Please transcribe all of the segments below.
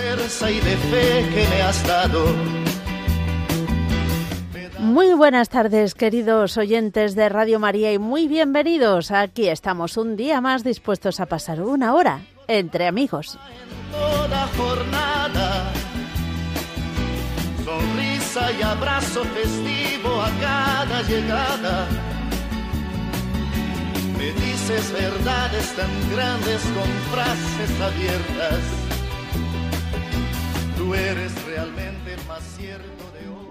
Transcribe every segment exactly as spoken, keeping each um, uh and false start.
fuerza y de fe que me has dado. Muy buenas tardes, queridos oyentes de Radio María, y muy bienvenidos. Aquí estamos un día más dispuestos a pasar una hora entre amigos. En toda jornada, sonrisa y abrazo festivo a cada llegada. Me dices verdades tan grandes con frases abiertas. Tú eres realmente más cierto de hoy.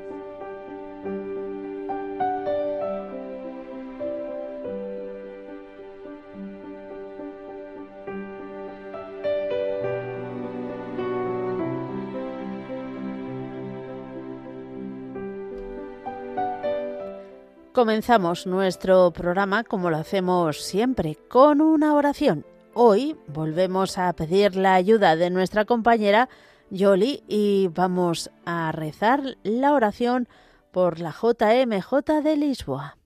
Comenzamos nuestro programa, como lo hacemos siempre, con una oración. Hoy volvemos a pedir la ayuda de nuestra compañera Yoli y vamos a rezar la oración por la J M J de Lisboa.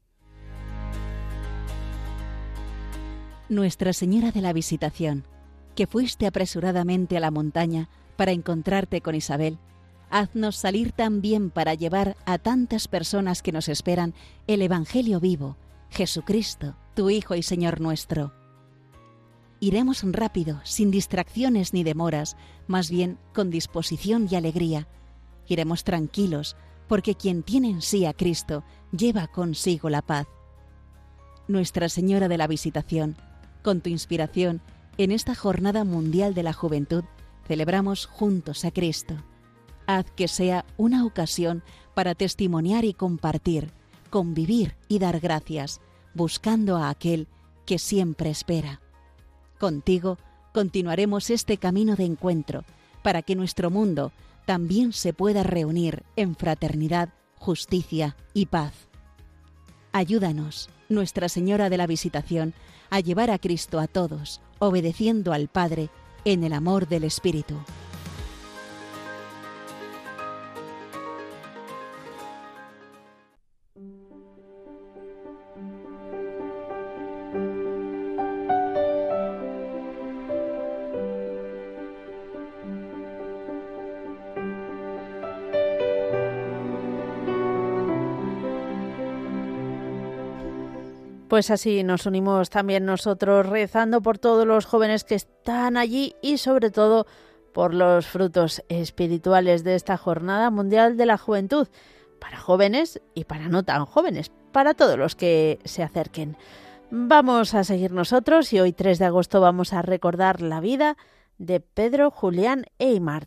Nuestra Señora de la Visitación, que fuiste apresuradamente a la montaña para encontrarte con Isabel, haznos salir también para llevar a tantas personas que nos esperan el Evangelio vivo, Jesucristo, tu Hijo y Señor nuestro. Iremos rápido, sin distracciones ni demoras, más bien con disposición y alegría. Iremos tranquilos, porque quien tiene en sí a Cristo lleva consigo la paz. Nuestra Señora de la Visitación, con tu inspiración, en esta Jornada Mundial de la Juventud, celebramos juntos a Cristo. Haz que sea una ocasión para testimoniar y compartir, convivir y dar gracias, buscando a aquel que siempre espera. Contigo continuaremos este camino de encuentro, para que nuestro mundo también se pueda reunir en fraternidad, justicia y paz. Ayúdanos, Nuestra Señora de la Visitación, a llevar a Cristo a todos, obedeciendo al Padre en el amor del Espíritu. Pues así nos unimos también nosotros rezando por todos los jóvenes que están allí y sobre todo por los frutos espirituales de esta Jornada Mundial de la Juventud, para jóvenes y para no tan jóvenes, para todos los que se acerquen. Vamos a seguir nosotros y hoy tres de agosto vamos a recordar la vida de Pedro Julián Aymar.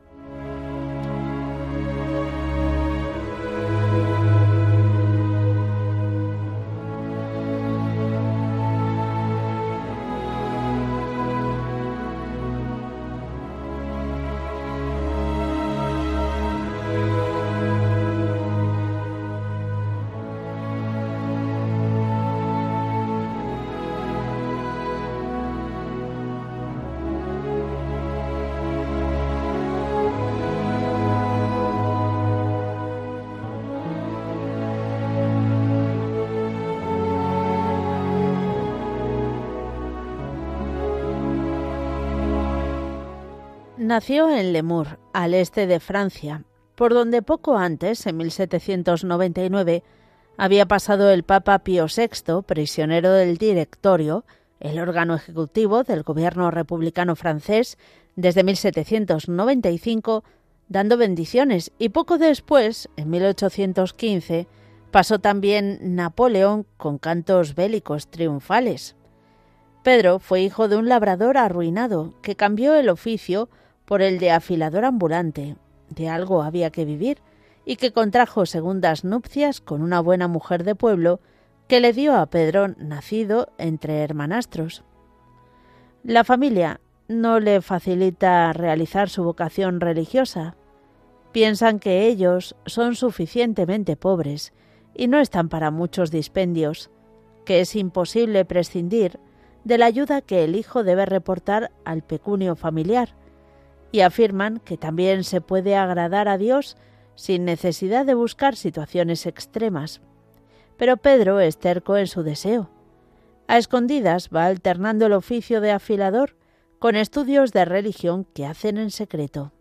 Nació en Lemur, al este de Francia, por donde poco antes, en mil setecientos noventa y nueve, había pasado el Papa Pío sexto, prisionero del Directorio, el órgano ejecutivo del gobierno republicano francés, desde mil setecientos noventa y cinco, dando bendiciones, y poco después, en mil ochocientos quince, pasó también Napoleón con cantos bélicos triunfales. Pedro fue hijo de un labrador arruinado que cambió el oficio por el de afilador ambulante. De algo había que vivir, y que contrajo segundas nupcias con una buena mujer de pueblo que le dio a Pedro nacido entre hermanastros. La familia no le facilita realizar su vocación religiosa. Piensan que ellos son suficientemente pobres y no están para muchos dispendios, que es imposible prescindir de la ayuda que el hijo debe reportar al pecunio familiar, y afirman que también se puede agradar a Dios sin necesidad de buscar situaciones extremas. Pero Pedro es terco en su deseo. A escondidas va alternando el oficio de afilador con estudios de religión que hacen en secreto.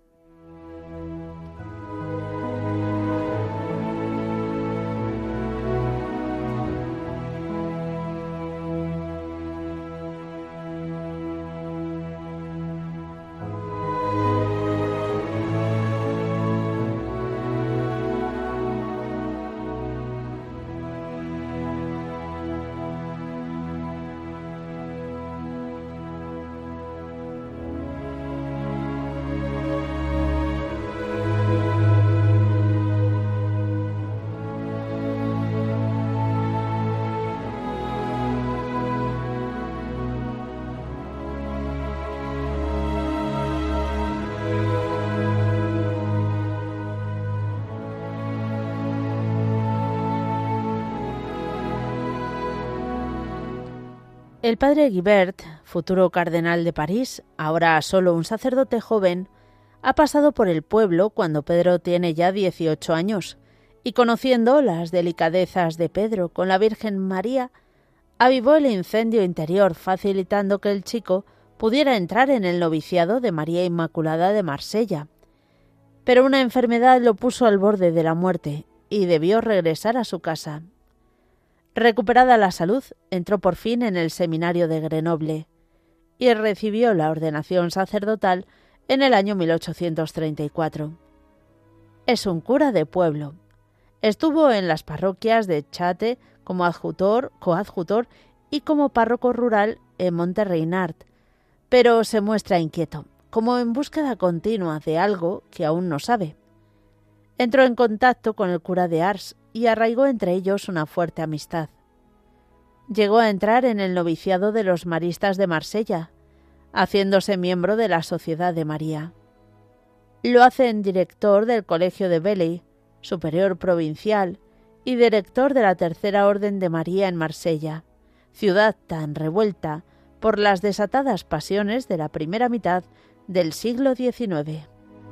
El padre Guibert, futuro cardenal de París, ahora solo un sacerdote joven, ha pasado por el pueblo cuando Pedro tiene ya dieciocho años, y conociendo las delicadezas de Pedro con la Virgen María, avivó el incendio interior, facilitando que el chico pudiera entrar en el noviciado de María Inmaculada de Marsella. Pero una enfermedad lo puso al borde de la muerte y debió regresar a su casa. Recuperada la salud, entró por fin en el seminario de Grenoble y recibió la ordenación sacerdotal en el año mil ochocientos treinta y cuatro. Es un cura de pueblo. Estuvo en las parroquias de Chate como adjutor, coadjutor y como párroco rural en Monterreinart, pero se muestra inquieto, como en búsqueda continua de algo que aún no sabe. Entró en contacto con el cura de Ars y arraigó entre ellos una fuerte amistad. Llegó a entrar en el noviciado de los maristas de Marsella, haciéndose miembro de la Sociedad de María. Lo hacen director del Colegio de Belley, superior provincial y director de la Tercera Orden de María en Marsella, ciudad tan revuelta por las desatadas pasiones de la primera mitad del siglo diecinueve.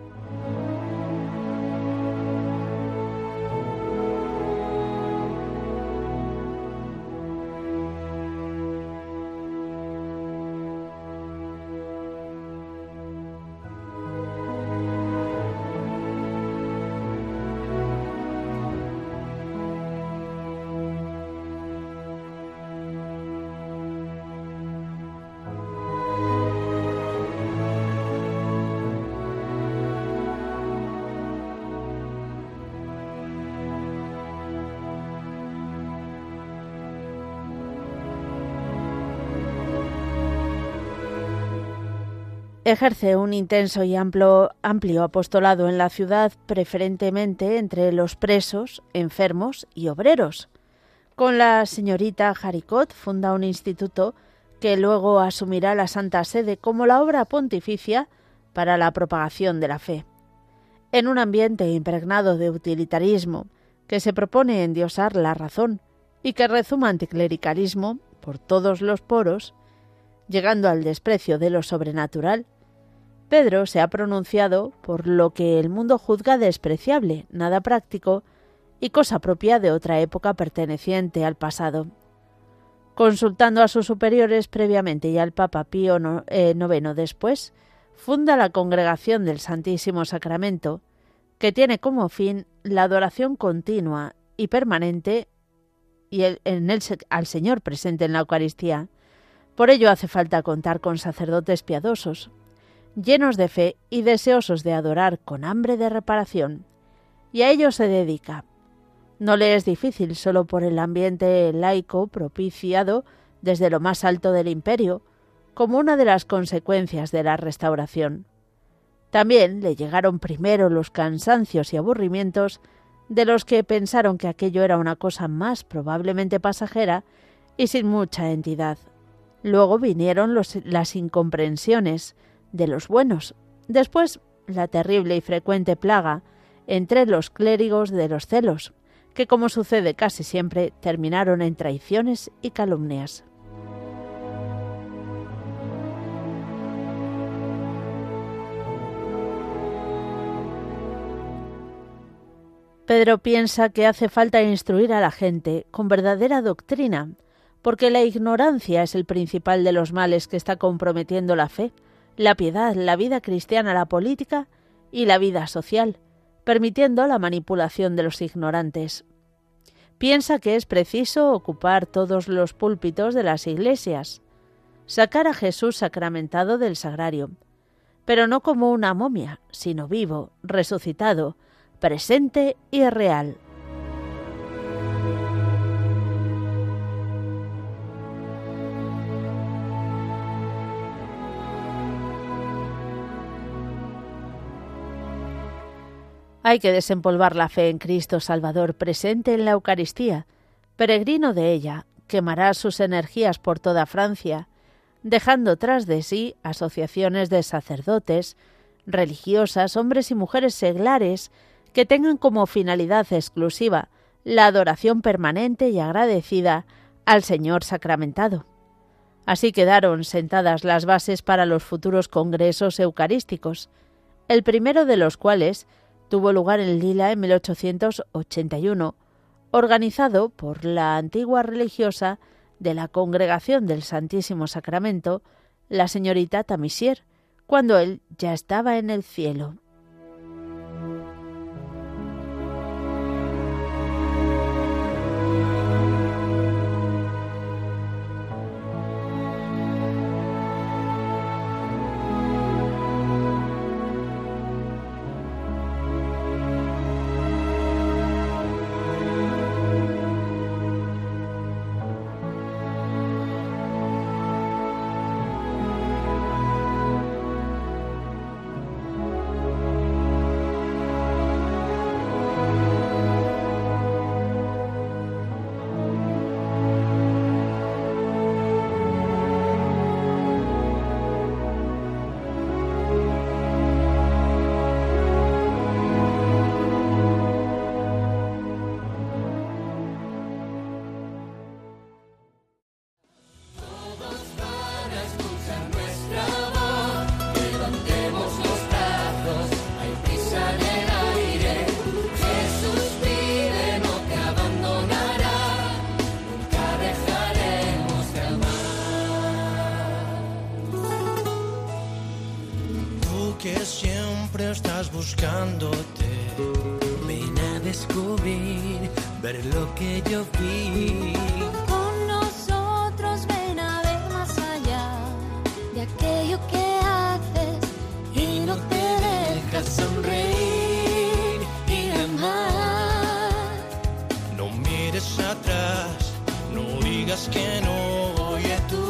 Ejerce un intenso y amplio, amplio apostolado en la ciudad, preferentemente entre los presos, enfermos y obreros. Con la señorita Haricot funda un instituto que luego asumirá la Santa Sede como la obra pontificia para la propagación de la fe. En un ambiente impregnado de utilitarismo que se propone endiosar la razón y que rezuma anticlericalismo por todos los poros, llegando al desprecio de lo sobrenatural, Pedro se ha pronunciado por lo que el mundo juzga despreciable, nada práctico y cosa propia de otra época perteneciente al pasado. Consultando a sus superiores previamente y al Papa Pío noveno después, funda la Congregación del Santísimo Sacramento, que tiene como fin la adoración continua y permanente y el, en el, al Señor presente en la Eucaristía. Por ello hace falta contar con sacerdotes piadosos, llenos de fe y deseosos de adorar con hambre de reparación, y a ello se dedica. No le es difícil solo por el ambiente laico propiciado desde lo más alto del imperio, como una de las consecuencias de la restauración. También le llegaron primero los cansancios y aburrimientos de los que pensaron que aquello era una cosa más probablemente pasajera y sin mucha entidad. Luego vinieron los, las incomprensiones de los buenos, después la terrible y frecuente plaga entre los clérigos de los celos, que como sucede casi siempre terminaron en traiciones y calumnias. Pedro piensa que hace falta instruir a la gente con verdadera doctrina, porque la ignorancia es el principal de los males que está comprometiendo la fe, la piedad, la vida cristiana, la política y la vida social, permitiendo la manipulación de los ignorantes. Piensa que es preciso ocupar todos los púlpitos de las iglesias, sacar a Jesús sacramentado del sagrario, pero no como una momia, sino vivo, resucitado, presente y real. Hay que desempolvar la fe en Cristo Salvador presente en la Eucaristía. Peregrino de ella, quemará sus energías por toda Francia, dejando tras de sí asociaciones de sacerdotes, religiosas, hombres y mujeres seglares que tengan como finalidad exclusiva la adoración permanente y agradecida al Señor sacramentado. Así quedaron sentadas las bases para los futuros congresos eucarísticos, el primero de los cuales tuvo lugar en Lila en mil ochocientos ochenta y uno, organizado por la antigua religiosa de la Congregación del Santísimo Sacramento, la señorita Tamisier, cuando él ya estaba en el cielo. Estás buscándote, ven a descubrir, ver lo que yo vi. Con nosotros ven a ver más allá de aquello que haces y no te dejas sonreír y amar. No mires atrás, no digas que no, oye tú.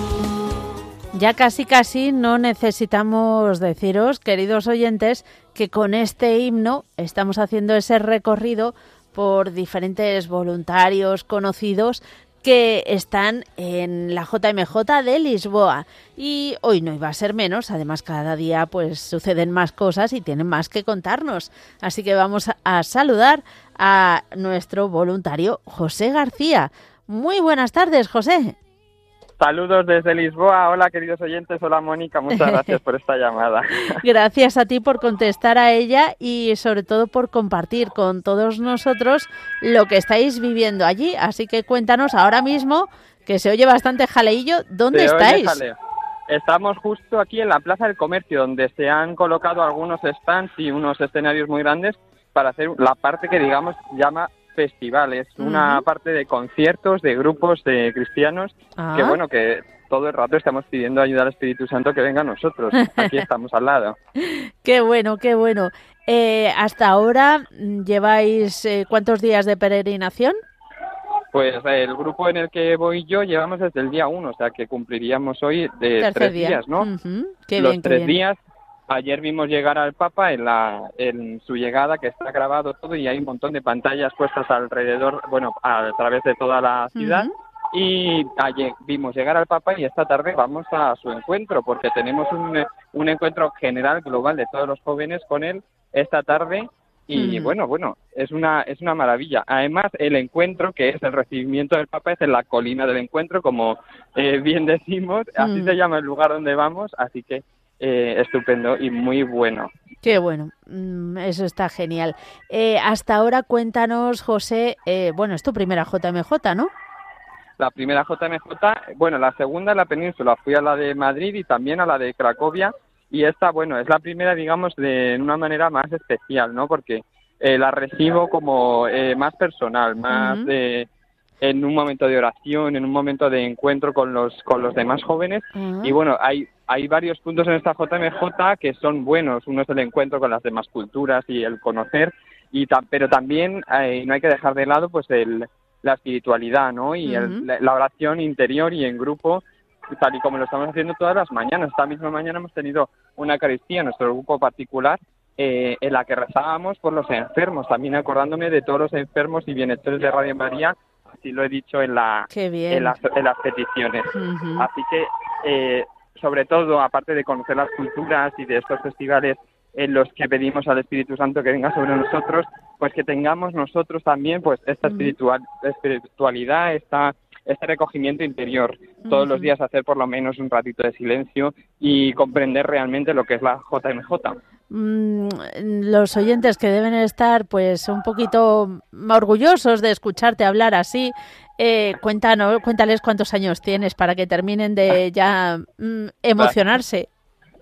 Ya casi casi no necesitamos deciros, queridos oyentes, que con este himno estamos haciendo ese recorrido por diferentes voluntarios conocidos que están en la J M J de Lisboa. Y hoy no iba a ser menos, además cada día pues suceden más cosas y tienen más que contarnos. Así que vamos a saludar a nuestro voluntario José García. Muy buenas tardes, José. Saludos desde Lisboa. Hola, queridos oyentes. Hola, Mónica. Muchas gracias por esta llamada. Gracias a ti por contestar a ella y sobre todo por compartir con todos nosotros lo que estáis viviendo allí. Así que cuéntanos ahora mismo, que se oye bastante jaleillo, ¿dónde se estáis? Oye jaleo. Estamos justo aquí en la Plaza del Comercio, donde se han colocado algunos stands y unos escenarios muy grandes para hacer la parte que, digamos, llama festivales, uh-huh. Una parte de conciertos de grupos de cristianos ah. que bueno, que todo el rato estamos pidiendo ayuda al Espíritu Santo que venga a nosotros. Aquí estamos al lado. Qué bueno, qué bueno. Eh, hasta ahora lleváis eh, ¿cuántos días de peregrinación? Pues el grupo en el que voy yo llevamos desde el día uno, o sea que cumpliríamos hoy de Tercer tres día. días, ¿no? Uh-huh. Qué Los bien, tres qué bien. días. Ayer vimos llegar al Papa en, la, en su llegada, que está grabado todo, y hay un montón de pantallas puestas alrededor, bueno, a través de toda la ciudad. Uh-huh. Y ayer vimos llegar al Papa y esta tarde vamos a su encuentro, porque tenemos un, un encuentro general, global, de todos los jóvenes con él esta tarde. Y uh-huh. bueno, bueno, es una es una maravilla. Además, el encuentro, que es el recibimiento del Papa, es en la colina del encuentro, como eh, bien decimos. Así uh-huh. se llama el lugar donde vamos, así que Eh, estupendo y muy bueno. Qué bueno, eso está genial. Eh, hasta ahora cuéntanos, José, eh, bueno, es tu primera J M J, ¿no? la primera J M J, bueno, la segunda en la península, fui a la de Madrid y también a la de Cracovia, y esta, bueno, es la primera, digamos, de una manera más especial, ¿no? Porque eh, la recibo como eh, más personal, más Ujú. de, en un momento de oración, en un momento de encuentro con los con los demás jóvenes. Ah. Y bueno, hay hay varios puntos en esta J M J que son buenos. Uno es el encuentro con las demás culturas y el conocer, y ta- pero también eh, no hay que dejar de lado pues el la espiritualidad, ¿no? Y el- Ujú. la, la oración interior y en grupo, tal y como lo estamos haciendo todas las mañanas. Esta misma mañana hemos tenido una Eucaristía en nuestro grupo particular, eh, en la que rezábamos por los enfermos, también acordándome de todos los enfermos y bienhechores de Radio María, así lo he dicho en, la, Qué bien. en, las, en las peticiones. Ujú. Así que, eh, sobre todo, aparte de conocer las culturas y de estos festivales en los que pedimos al Espíritu Santo que venga sobre nosotros, pues que tengamos nosotros también pues esta Ujú. espiritual, espiritualidad, esta, este recogimiento interior, todos los Ujú. días hacer por lo menos un ratito de silencio y comprender realmente lo que es la J M J. Mm, los oyentes que deben estar pues un poquito orgullosos de escucharte hablar así, eh, cuéntanos, cuéntales cuántos años tienes para que terminen de ya mm, emocionarse.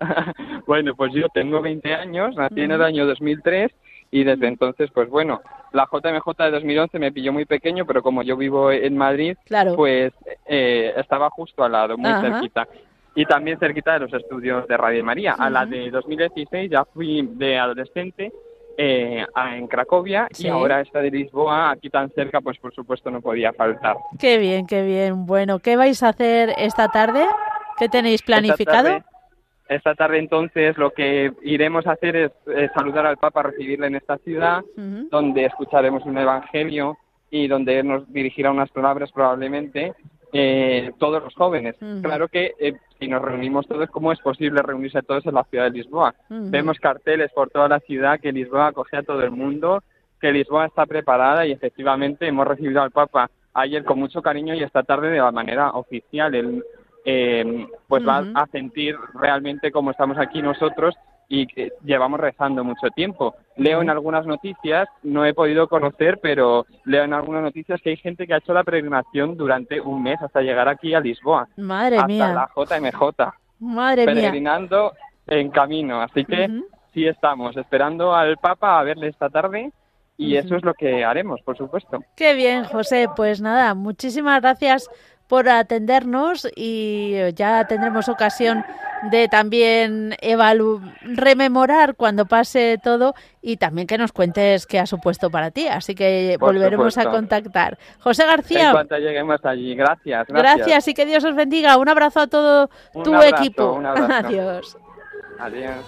Bueno, pues yo tengo veinte años, nací en el Ujú. año dos mil tres y desde entonces, pues bueno, la J M J de dos mil once me pilló muy pequeño, pero como yo vivo en Madrid, Claro. pues eh, estaba justo al lado, muy Ajá. cerquita. Y también cerquita de los estudios de Radio María. A la Ujú. de dos mil dieciséis ya fui de adolescente eh, a- en Cracovia, Sí. y ahora esta de Lisboa, aquí tan cerca, pues por supuesto no podía faltar. Qué bien, qué bien. Bueno, ¿qué vais a hacer esta tarde? ¿Qué tenéis planificado? Esta tarde, esta tarde entonces lo que iremos a hacer es, eh, saludar al Papa, recibirle en esta ciudad, Ujú. donde escucharemos un evangelio y donde nos dirigirá unas palabras probablemente eh, todos los jóvenes. Ujú. Claro que eh, si nos reunimos todos, ¿cómo es posible reunirse todos en la ciudad de Lisboa? Ujú. Vemos carteles por toda la ciudad que Lisboa acoge a todo el mundo, que Lisboa está preparada, y efectivamente hemos recibido al Papa ayer con mucho cariño y esta tarde de la manera oficial. Él eh, pues va Ujú. a sentir realmente cómo estamos aquí nosotros y que llevamos rezando mucho tiempo. Leo en algunas noticias, no he podido conocer, pero leo en algunas noticias que hay gente que ha hecho la peregrinación durante un mes hasta llegar aquí a Lisboa, Madre hasta mía, la J M J, madre mía. peregrinando en camino. Así que Ujú. sí estamos esperando al Papa a verle esta tarde, y Ujú. eso es lo que haremos, por supuesto. Qué bien, José. Pues nada, muchísimas gracias por atendernos y ya tendremos ocasión de también evalu rememorar cuando pase todo y también que nos cuentes qué ha supuesto para ti. Así que Por volveremos a supuesto. contactar. José En García, cuanto lleguemos allí. Gracias, gracias. gracias. y que Dios os bendiga. Un abrazo a todo Un tu abrazo, equipo. un abrazo. Adiós. Adiós.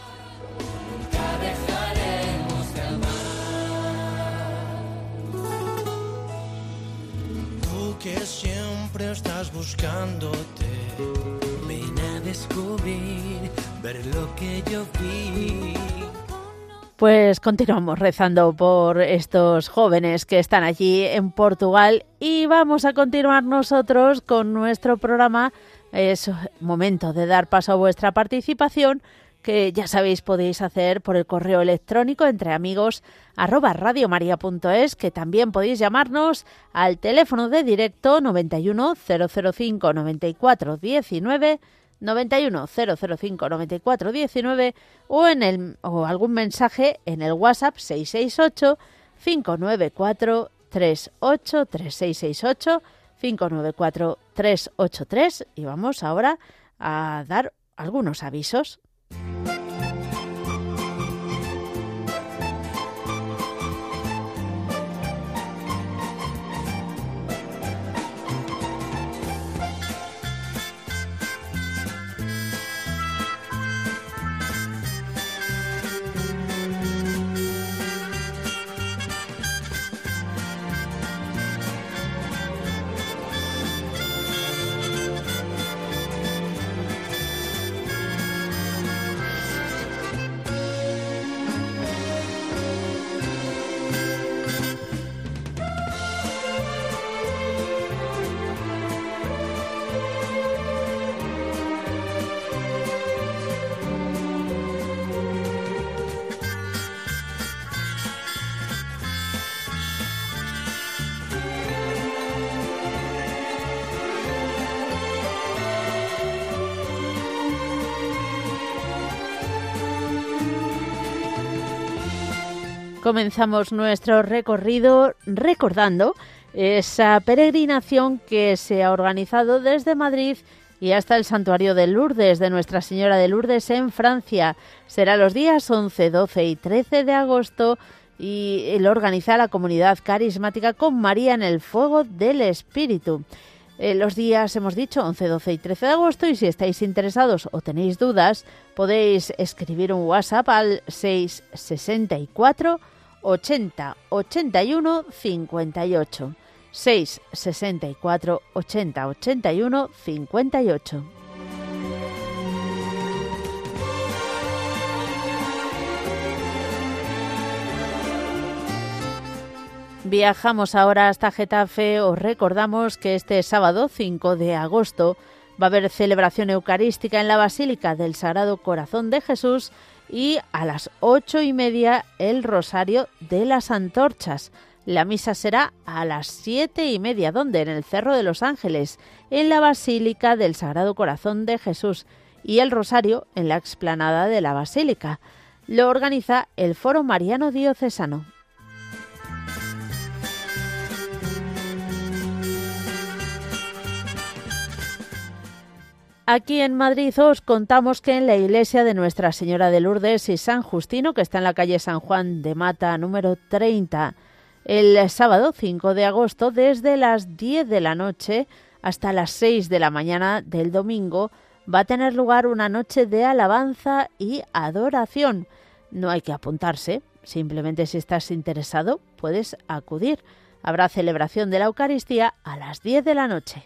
Tú que siempre estás buscándote, ven a descubrir, ver lo que yo vi. Pues continuamos rezando por estos jóvenes que están allí en Portugal y vamos a continuar nosotros con nuestro programa. Es momento de dar paso a vuestra participación, que ya sabéis podéis hacer por el correo electrónico entre amigos arroba radiomaria.es, que también podéis llamarnos al teléfono de directo noventa y uno, cero cero cinco, noventa y cuatro, diecinueve, noventa y uno, cero cero cinco, noventa y cuatro, diecinueve o en el o algún mensaje en el WhatsApp seis seis ocho, cinco nueve cuatro, tres ocho tres, seis seis ocho, cinco nueve cuatro, tres ocho tres, y vamos ahora a dar algunos avisos. Comenzamos nuestro recorrido recordando esa peregrinación que se ha organizado desde Madrid y hasta el Santuario de Lourdes de Nuestra Señora de Lourdes en Francia. Será los días once, doce y trece de agosto y lo organiza la Comunidad Carismática con María en el Fuego del Espíritu. Eh, los días, hemos dicho, once, doce y trece de agosto, y si estáis interesados o tenéis dudas, podéis escribir un WhatsApp al seis sesenta y cuatro ochenta ochenta y uno cincuenta y ocho. seis sesenta y cuatro ochenta ochenta y uno cincuenta y ocho. Viajamos ahora hasta Getafe. Os recordamos que este sábado cinco de agosto va a haber celebración eucarística en la Basílica del Sagrado Corazón de Jesús y a las ocho y media el Rosario de las Antorchas. La misa será a las siete y media, donde en el Cerro de los Ángeles, en la Basílica del Sagrado Corazón de Jesús, y el Rosario en la explanada de la Basílica. Lo organiza el Foro Mariano Diocesano. Aquí en Madrid os contamos que en la iglesia de Nuestra Señora de Lourdes y San Justino, que está en la calle San Juan de Mata número treinta, el sábado cinco de agosto, desde las diez de la noche hasta las seis de la mañana del domingo, va a tener lugar una noche de alabanza y adoración. No hay que apuntarse, simplemente si estás interesado puedes acudir. Habrá celebración de la Eucaristía a las diez de la noche.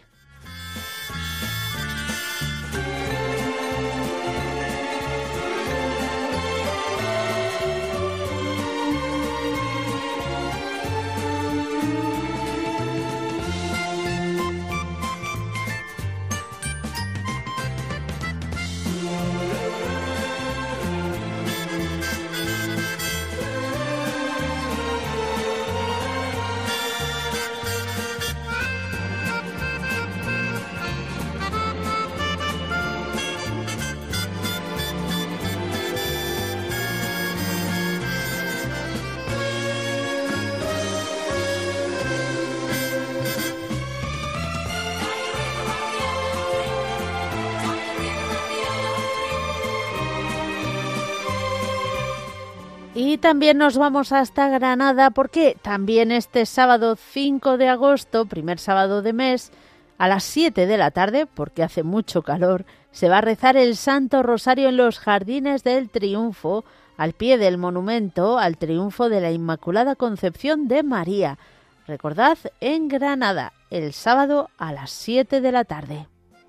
Y también nos vamos hasta Granada porque también este sábado cinco de agosto, primer sábado de mes, a las siete de la tarde, porque hace mucho calor, se va a rezar el Santo Rosario en los Jardines del Triunfo, al pie del monumento al triunfo de la Inmaculada Concepción de María. Recordad, en Granada, el sábado a las siete de la tarde.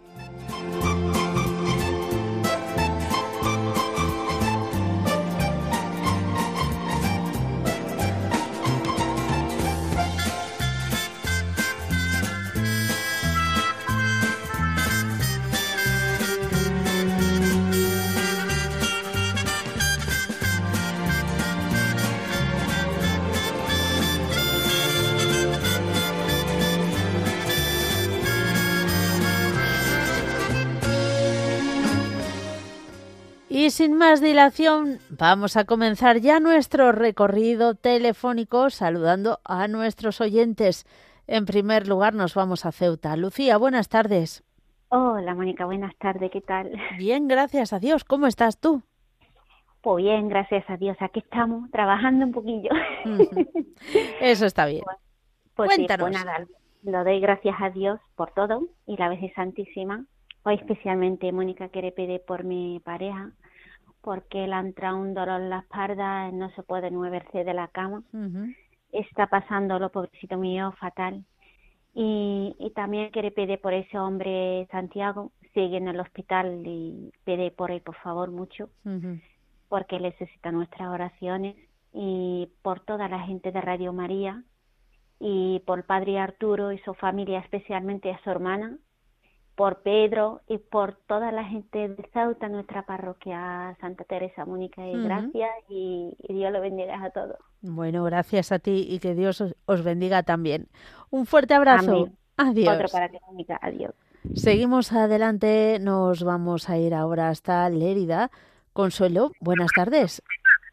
Y sin más dilación, vamos a comenzar ya nuestro recorrido telefónico saludando a nuestros oyentes. En primer lugar nos vamos a Ceuta. Lucía, buenas tardes. Hola, Mónica, buenas tardes, ¿qué tal? Bien, gracias a Dios. ¿Cómo estás tú? Pues bien, gracias a Dios. Aquí estamos, trabajando un poquillo. Eso está bien. Pues, pues Cuéntanos. Sí, pues nada, lo doy gracias a Dios por todo y la Virgen Santísima. Hoy especialmente Mónica quiere pedir por mi pareja, porque le ha entrado un dolor en la espalda, no se puede moverse de la cama. Uh-huh. Está pasándolo, pobrecito mío, fatal. Y, y también quiere pedir por ese hombre, Santiago, sigue en el hospital y pide por él, por favor, mucho, uh-huh. porque necesita nuestras oraciones, y por toda la gente de Radio María, y por el padre Arturo y su familia, especialmente a su hermana, por Pedro y por toda la gente de Ceuta, nuestra parroquia Santa Teresa, Mónica, y uh-huh. gracias, y, y Dios lo bendiga a todos. Bueno, gracias a ti y que Dios os, os bendiga también. Un fuerte abrazo. Amén. Adiós. Otro para ti, Mónica. Adiós. Seguimos adelante, nos vamos a ir ahora hasta Lérida. Consuelo, buenas tardes.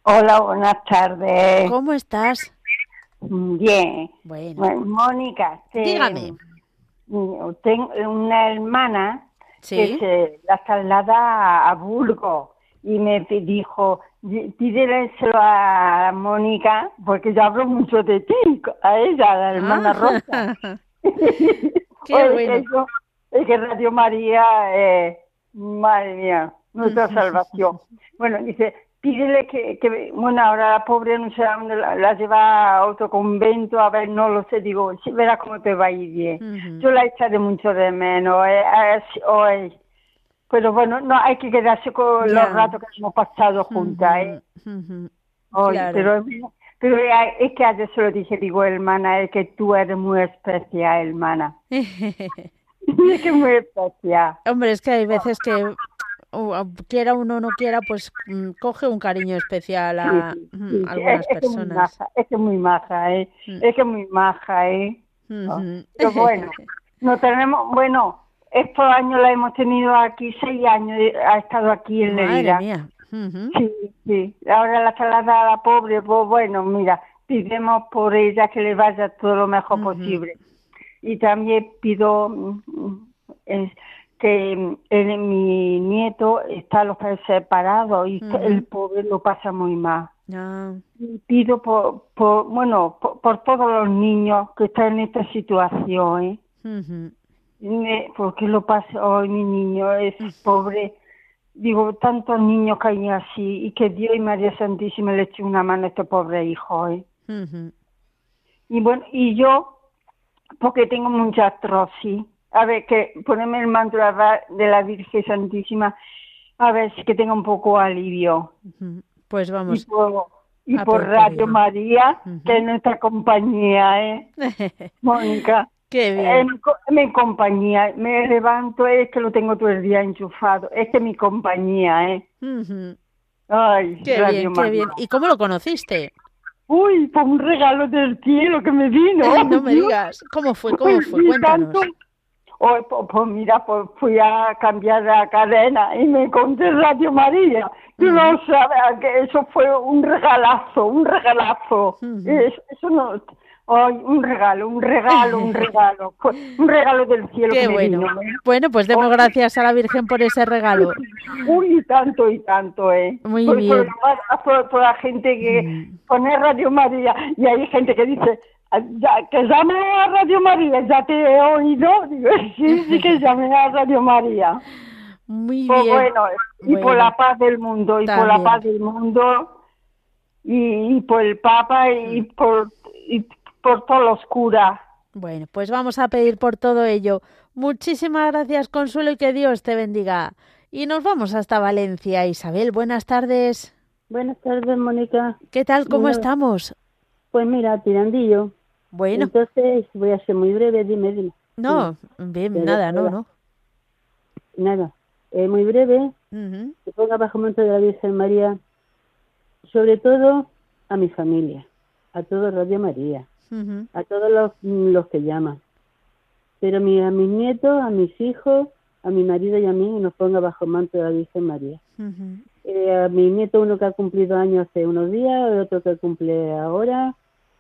Hola, buenas tardes. ¿Cómo estás? Bien. Bueno. Bueno, Mónica, te- Dígame. tengo una hermana Sí. que se la traslada a, a Burgos y me pi- dijo, "Di- pídeselo a Mónica, porque yo hablo mucho de ti, a ella, a la hermana Ah. Rosa. Qué Oye, bueno. que yo- es que Radio María, eh, madre mía, nuestra salvación. Bueno, dice, pídele que, que, bueno, ahora la pobre no sé a dónde la, la lleva a otro convento, a ver, no lo sé, digo, sí, verás cómo te va a ir bien. Ujú. Yo la echaré mucho de menos, eh, es- hoy. Pero bueno, no hay que quedarse con Ya. los ratos que hemos pasado juntas, ¿eh? Ujú, ujú. Hoy, Claro. pero, pero es que ayer se lo dije, digo, hermana, es que tú eres muy especial, hermana. Es que muy especial. Hombre, es que hay veces que o, quiera uno o no quiera, pues mm, coge un cariño especial a Sí, sí, mm, sí, sí. algunas Es, es que muy personas. maja, es que muy maja, ¿eh? Mm. Es que muy maja, ¿eh? Ujú. Pero bueno, no tenemos, bueno, estos años la hemos tenido aquí, seis años eh, ha estado aquí en Madre Lerida. mía. Ujú. Sí, sí. Ahora la traslada a la pobre, pues bueno, mira, pidemos por ella que le vaya todo lo mejor Ujú. posible. Y también pido mm, mm, es que mm, el- mi nieto está a los padres separados y que Ujú. el pobre lo pasa muy mal. Ah, Y pido por, por bueno, por, por todos los niños que están en esta situación, ¿eh? ujú. Me- porque lo pasa hoy mi niño es pobre. Digo, tantos niños que hay así y que Dios y María Santísima le eche una mano a este pobre hijo, ¿eh? Ujú. Y bueno, y yo, porque tengo mucha artrosis, a ver, que ponerme el manto de la, de la Virgen Santísima, a ver si que tenga un poco alivio. Ujú. Pues Y vamos. por, y a por por Radio ello. María, Ujú. que es nuestra compañía, ¿eh? Mónica. Qué En, bien. co- mi compañía, me levanto, es que lo tengo todo el día enchufado, es que mi compañía, ¿eh? Ujú. Ay, Qué Radio bien, qué María. bien. ¿Y cómo lo conociste? Uy, fue un regalo del cielo que me vino. No me digas. ¿Cómo fue? ¿Cómo fue? Y Cuéntanos. tanto. Oh, pues, pues mira, pues fui a cambiar la cadena y me encontré Radio María. Tú Ujú. no sabes que eso fue un regalazo, un regalazo. Ujú. Es- eso no, ay, un regalo, un regalo, un regalo. Fue un regalo del cielo Qué que me bueno. vino. ¿eh? Bueno, pues demos gracias a la Virgen por ese regalo. Uy, y tanto y tanto, ¿eh? Muy por, bien. Por, por- por la gente que Mm. pone Radio María y hay gente que dice, "Ah, ya, que llame a Radio María, ya te he oído". Digo, sí, sí que llame a Radio María. Muy Pues bien. bueno, y por Bueno, la paz del mundo, y por la también. paz del mundo, y, y por el Papa, y Mm. por, y por todos los curas. Bueno, pues vamos a pedir por todo ello. Muchísimas gracias, Consuelo, y que Dios te bendiga. Y nos vamos hasta Valencia. Isabel, buenas tardes. Buenas tardes, Mónica. ¿Qué tal? ¿Cómo Bueno, estamos? Pues mira, tirandillo. Bueno, Entonces voy a ser muy breve, dime, dime. no, bien, Pero nada, no, nada. no. Nada, eh, muy breve, Ujú. que ponga bajo manto de la Virgen María, sobre todo a mi familia, a todo Radio María, Ujú. a todos los, los que llaman. Pero mi- a mis nietos, a mis hijos, a mi marido y a mí, nos ponga bajo manto de la Virgen María. Ujú. Eh, a mi nieto, uno que ha cumplido años hace unos días, el otro que cumple ahora,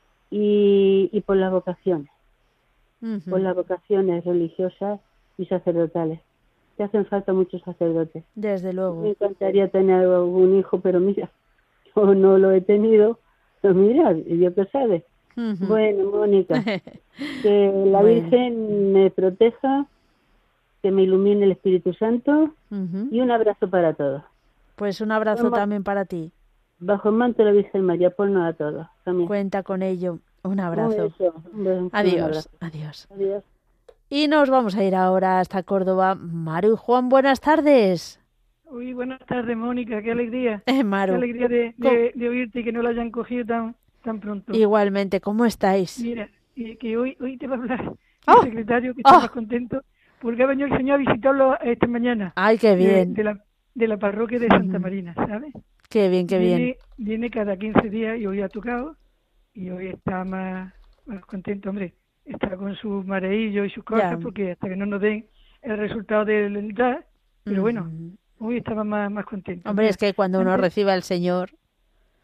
y, y por las vocaciones, Ujú. por las vocaciones religiosas y sacerdotales. Que hacen falta muchos sacerdotes. Desde Me luego. encantaría tener algún hijo, pero mira, yo no lo he tenido. Pero mira, yo qué sabes. Ujú. Bueno, Mónica, que la Bueno. Virgen me proteja, que me ilumine el Espíritu Santo Ujú. y un abrazo para todos. Pues un abrazo Vamos. también para ti. Bajo el manto de la Virgen María, ponnos a todos. También. Cuenta con ello. Un Un abrazo. beso, un beso, un Adiós, abrazo. adiós. Adiós. Y nos vamos a ir ahora hasta Córdoba. Maru y Juan, buenas tardes. Uy, buenas tardes, Mónica, qué alegría. Eh, Qué Maru, alegría de, de, de oírte y que no la hayan cogido tan, tan pronto. igualmente, ¿cómo estáis? Mira, y que hoy, hoy te va a hablar ¡Oh! el secretario, que está ¡Oh! más contento, porque ha venido el señor a visitarlo esta mañana. Ay, qué de, bien, de, la, de la parroquia de Santa Marina, ¿sabes? qué bien, qué bien. viene, viene cada quince días y hoy ha tocado y hoy está más, más contento, hombre. Está con sus mareillos y sus cosas, Ya. porque hasta que no nos den el resultado del D A, pero bueno, Ujú. hoy estaba más, más contento. Hombre, es que cuando uno Antes- recibe al Señor,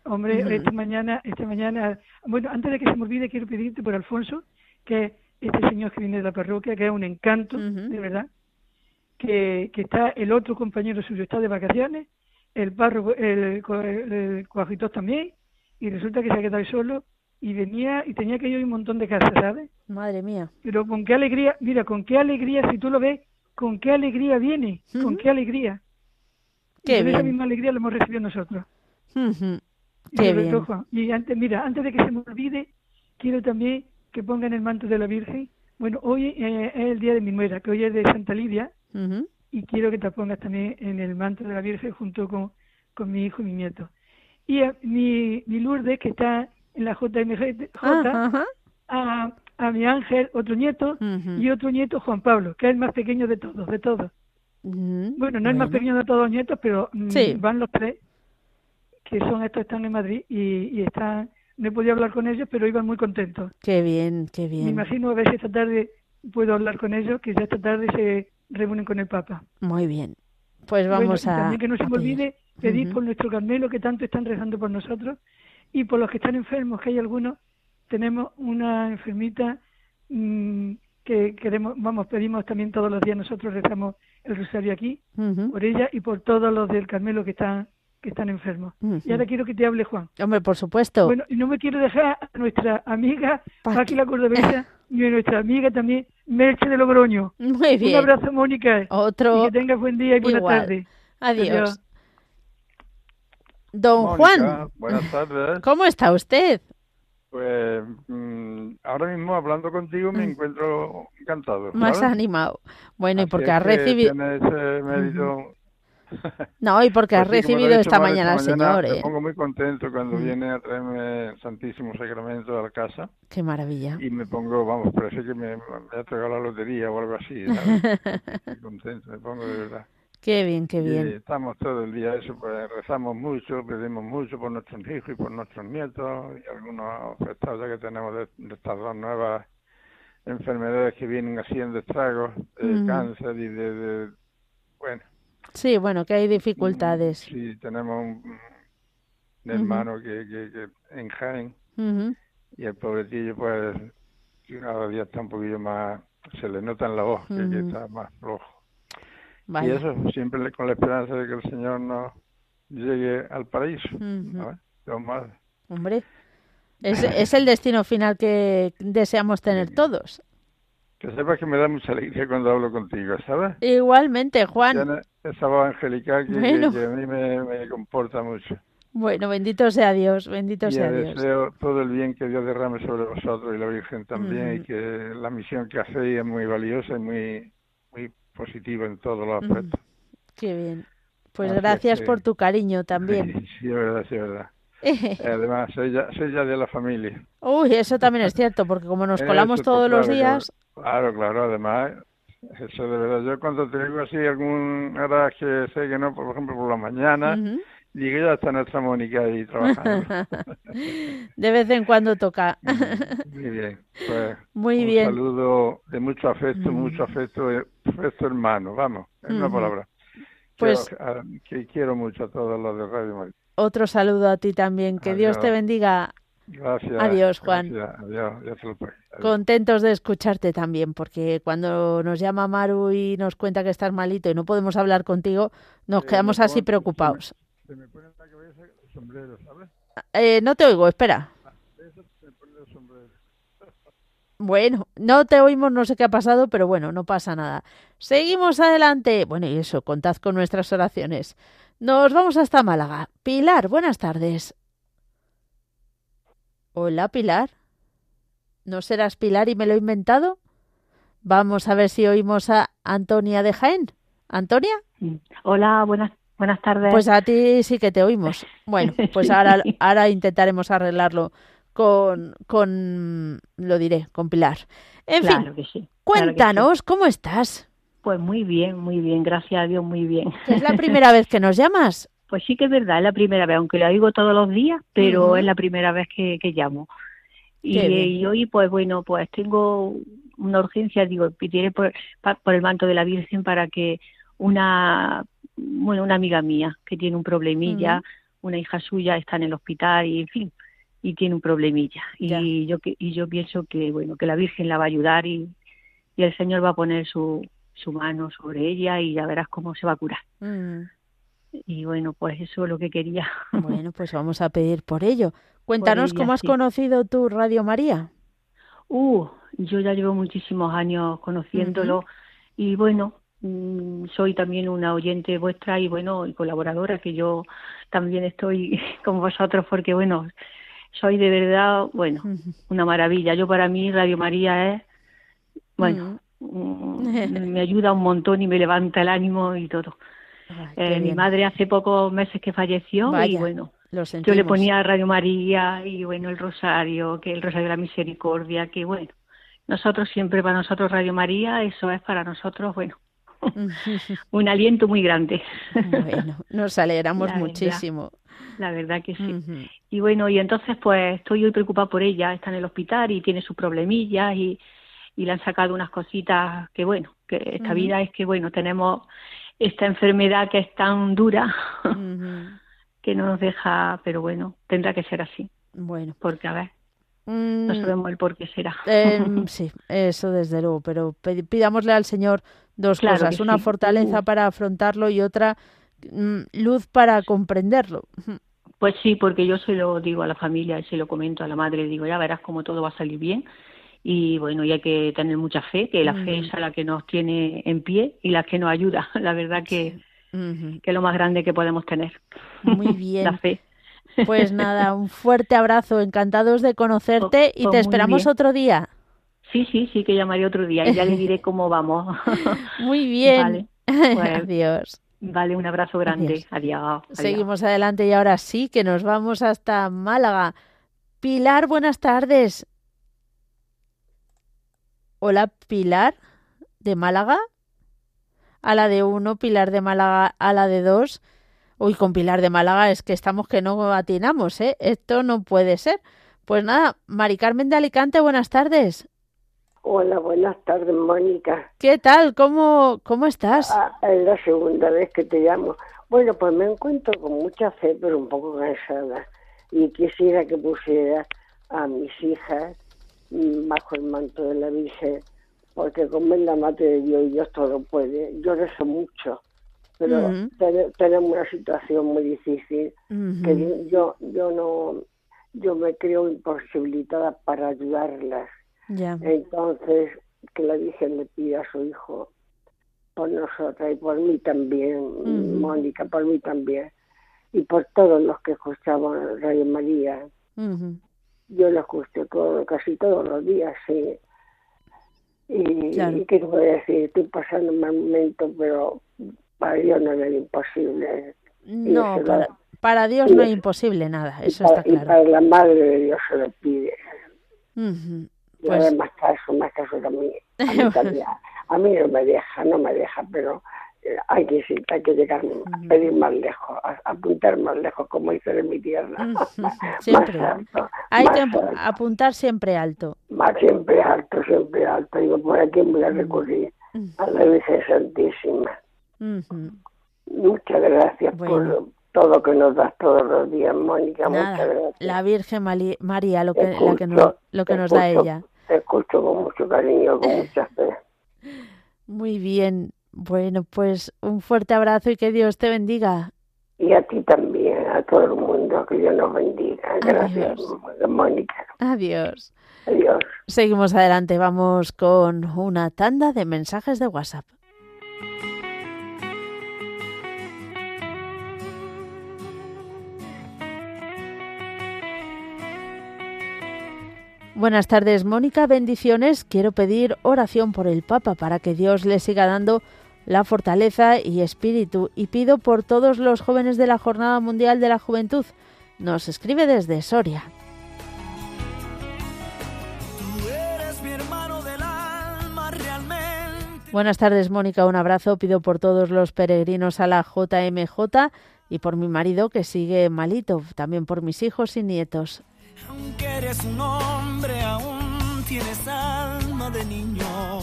Hombre, Ujú. esta mañana, esta mañana, bueno, antes de que se me olvide, quiero pedirte por Alfonso, que es este señor que viene de la parroquia, que es un encanto, Ujú. de verdad, que, que está el otro compañero suyo, está de vacaciones, el párroco, el, co- el, el coadjutor también, y resulta que se ha quedado solo, y venía, y tenía que ir a un montón de casas, ¿sabes? Madre mía. Pero con qué alegría, mira, con qué alegría, si tú lo ves, con qué alegría viene, con Ujú. qué alegría. Qué y con esa bien. misma alegría lo hemos recibido nosotros. Ujú. Y Qué sobre todo, bien. Juan, y antes, mira, antes de que se me olvide, quiero también que pongan el manto de la Virgen. Bueno, hoy eh, es el día de mi nuera, que hoy es de Santa Lidia, Ujú. y quiero que te pongas también en el manto de la Virgen junto con, con mi hijo y mi nieto. Y a, mi, mi Lourdes, que está en la J M G, Ajá, ajá. a, a mi Ángel, otro nieto, Ujú. y otro nieto, Juan Pablo, que es el más pequeño de todos, de todos. Ujú. Bueno, no el más Bueno. pequeño de todos los nietos, pero mm, Sí. van los tres, que son estos, están en Madrid, y, y están, no he podido hablar con ellos, pero iban muy contentos. Qué bien, qué Me bien. imagino a ver si esta tarde puedo hablar con ellos, que ya esta tarde se reúnen con el Papa. Muy bien. Pues Bueno, vamos y a, también que no se a me pedir. olvide pedir Ujú. por nuestro Carmelo, que tanto están rezando por nosotros, y por los que están enfermos, que hay algunos. Tenemos una enfermita mm, que queremos, vamos, pedimos también todos los días, nosotros rezamos el rosario aquí, Ujú. por ella y por todos los del Carmelo que están que están enfermos. Ujú. Y ahora quiero que te hable, Juan. Hombre, por supuesto. Bueno, y no me quiero dejar a nuestra amiga Pa' Paqui que- la Cordobesa, ni a nuestra amiga también Merche de Logroño. Muy Un bien. abrazo, Mónica. Otro Y que tengas buen día y buena igual. tarde. Adiós. Don Mónica, Juan, buenas tardes. ¿cómo está usted? Pues mm, ahora mismo hablando contigo me Mm. encuentro encantado, Más ¿sabes? animado. Bueno, y Así porque es has que recibido... tienes ese mérito. No, y porque has Pues sí, como te he recibido dicho, esta Mar, mañana al esta Señor, me ¿eh? pongo muy contento cuando Mm. viene a traerme el Santísimo Sacramento a la casa Qué maravilla. y me pongo, vamos, parece que me, me ha tocado la lotería o algo así, ¿sabes? Estoy contento, me pongo de verdad. Qué bien, qué Y bien. estamos todo el día eso, pues rezamos mucho, pedimos mucho por nuestros hijos y por nuestros nietos y algunos afectados ya que tenemos de, de estas dos nuevas enfermedades que vienen haciendo estragos, de Ujú. cáncer y de, de- bueno, Sí, bueno, que hay dificultades. sí, tenemos un, un Ujú. hermano que, que, que en Jaén Ujú. y el pobrecillo pues cada día está un poquillo más, se le nota en la voz que, que Ujú. está más flojo. Y Vaya. eso, siempre le- con la esperanza de que el Señor nos llegue al paraíso. Ujú. A ver, Dios más. Hombre, es, es el destino final que deseamos tener todos. Que sepas que me da mucha alegría cuando hablo contigo, ¿sabes? Igualmente, Juan. Tienes esa voz angelical que, que- Bueno. que a mí me, me comporta mucho. Bueno, bendito sea Dios, bendito Y sea le Dios. deseo todo el bien que Dios derrame sobre vosotros y la Virgen también, Ujú. y que la misión que hacéis es muy valiosa y muy, muy positiva en todos los Ujú. aspectos. Qué bien. Pues Así es gracias que- por tu cariño también. Sí, sí, es verdad, sí, es verdad. Eh, Además, soy ya, soy ya de la familia. Uy, eso también es cierto, porque como nos colamos Eso, todos pues, los claro, días... Claro, claro, además, eso de verdad. Yo cuando te digo así algún hora que sé que no, por ejemplo, por la mañana, Ujú. digo, ya está nuestra Mónica ahí trabajando. De vez en cuando toca. Muy bien, pues Muy un bien. saludo de mucho afecto, mucho afecto, eh, afecto hermano, vamos, es una Ujú. palabra. Pues- Quiero, a- que quiero mucho a todos los de Radio María. Otro saludo a ti también. Que Dios te Adiós. bendiga. Gracias. Adiós, Juan. Gracias, adiós, Dios te lo pague. Adiós. Contentos de escucharte también, porque cuando nos llama Maru y nos cuenta que estás malito y no podemos hablar contigo, nos Eh, quedamos me así pongo- preocupados. Se me pone en la cabeza el sombrero, ¿sabes? Eh, no te oigo, espera. Eso se me pone el sombrero. Bueno, no te oímos, no sé qué ha pasado, pero bueno, no pasa nada. Seguimos adelante. Bueno, y eso, contad con nuestras oraciones. Nos vamos hasta Málaga. Pilar, buenas tardes. Hola, Pilar. ¿No serás Pilar y me lo he inventado? Vamos a ver si oímos a Antonia de Jaén. ¿Antonia? Hola, buenas buenas tardes. Pues a ti sí que te oímos. Bueno, pues Sí. ahora, ahora intentaremos arreglarlo con, con, lo diré, con Pilar. En Claro fin, que sí. claro que sí. cuéntanos, ¿cómo estás? Pues muy bien, muy bien, gracias a Dios, muy bien. ¿Es la primera vez que nos llamas? Pues sí que es verdad, es la primera vez, aunque la digo todos los días, pero Ujú. es la primera vez que, que llamo. Y, Qué bien. y hoy, pues bueno, pues tengo una urgencia, digo, pediré por, pa- por el manto de la Virgen para que una, bueno, una amiga mía que tiene un problemilla, Ujú. una hija suya está en el hospital y, en fin, y tiene un problemilla. Ya. Y yo y yo pienso que, bueno, que la Virgen la va a ayudar y, y el Señor va a poner su, su mano sobre ella y ya verás cómo se va a curar. Mm. Y bueno, pues eso es lo que quería. Bueno, pues vamos a pedir por ello. Cuéntanos Por ella, cómo has sí. conocido tú Radio María. Uh, yo ya llevo muchísimos años conociéndolo. Y bueno, mm, soy también una oyente vuestra y bueno, y colaboradora, que yo también estoy con vosotros porque bueno, soy de verdad, bueno, una maravilla. Yo para mí Radio María es, bueno, mm, me ayuda un montón y me levanta el ánimo y todo. Ay, Eh, qué mi bien. madre hace pocos meses que falleció y Vaya, bueno, lo yo sentimos. le ponía Radio María y bueno, el rosario, que el rosario de la misericordia, que bueno, nosotros siempre, para nosotros Radio María, eso es para nosotros, bueno, un aliento muy grande. Bueno, nos alegramos La verdad. muchísimo. La verdad que sí. Ujú. Y bueno, y entonces pues estoy muy preocupada por ella, está en el hospital y tiene sus problemillas y, y le han sacado unas cositas que bueno, que esta Ujú. vida es que bueno, tenemos esta enfermedad que es tan dura Ujú. que no nos deja, pero bueno, tendrá que ser así, Bueno, porque a ver, no mm, sabemos el por qué será. em, sí, eso desde luego, pero pedi- pidámosle al Señor dos Claro cosas, que una sí. fortaleza Uh. para afrontarlo y otra mm, luz para comprenderlo. Pues sí, porque yo se lo digo a la familia y se lo comento a la madre, digo, ya verás cómo todo va a salir bien. Y bueno, y hay que tener mucha fe, que la Mm. fe es a la que nos tiene en pie y la que nos ayuda. La verdad que, Ujú. que es lo más grande que podemos tener. Muy bien. La fe. Pues nada, un fuerte abrazo, encantados de conocerte y Pues te muy esperamos bien. otro día. Sí, sí, sí, que llamaré otro día y ya le diré cómo vamos. Muy bien. Vale. Pues, Adiós. vale, un abrazo grande. Adiós. Adiós. Adiós. Seguimos adelante y ahora sí que nos vamos hasta Málaga. Pilar, buenas tardes. Hola, Pilar, de Málaga. A la de uno, Pilar de Málaga a la de dos. Uy, con Pilar de Málaga es que estamos que no atinamos, ¿eh? Esto no puede ser. Pues nada, Mari Carmen de Alicante, buenas tardes. Hola, buenas tardes, Mónica. ¿Qué tal? ¿Cómo, cómo estás? Ah, es la segunda vez que te llamo. Bueno, pues me encuentro con mucha fe, pero un poco cansada. Y quisiera que pusiera a mis hijas mm, bajo el manto de la Virgen, porque como es la Madre de Dios y Dios todo puede, yo rezo mucho, pero Ujú. ten- tenemos una situación muy difícil, Ujú. que yo, yo no, yo me creo imposibilitada para ayudarlas. Ya. Entonces, que la Virgen le pida a su hijo por nosotras y por mí también, Ujú. Mónica, por mí también, y por todos los que escuchamos Radio María. Ujú. Yo lo escucho todo, casi todos los días, sí. Y, Claro. y qué te voy a decir, estoy pasando un mal momento, pero para Dios no es imposible. Y No, se lo- para, para Dios y no es es- imposible nada, y eso para, está y claro. para la Madre de Dios se lo pide. Ujú. Yo Pues- hago más caso, más caso que a mí. A mí, también, a mí no me deja, no me deja, pero eh, hay que sí, hay que llegar a pedir más lejos, a, a apuntar más lejos, como dice de mi tierra. Ujú. Más Siempre. alto, Hay más que apu- alto, apuntar siempre alto. más siempre alto, siempre alto. Digo, por aquí voy a recurrir a la Virgen Santísima. Ujú. Muchas gracias por todo lo que nos das todos los días, Mónica. Muchas Nada, gracias. la Virgen Mali- María, lo que, Te la que nos, escucho, lo que te nos da escucho, ella. Te escucho con mucho cariño, con mucha fe. Muy bien. Bueno, pues un fuerte abrazo y que Dios te bendiga. Y a ti también, a todo el mundo, que Dios nos bendiga. Gracias, Mónica. Adiós. Adiós. Seguimos adelante, vamos con una tanda de mensajes de WhatsApp. Buenas tardes, Mónica, bendiciones. Quiero pedir oración por el Papa para que Dios le siga dando la fortaleza y espíritu, y pido por todos los jóvenes de la Jornada Mundial de la Juventud. Nos escribe desde Soria. Buenas tardes, Mónica, un abrazo. Pido por todos los peregrinos a la J M J y por mi marido que sigue malito, también por mis hijos y nietos. Aunque eres un hombre, aún tienes alma de niño.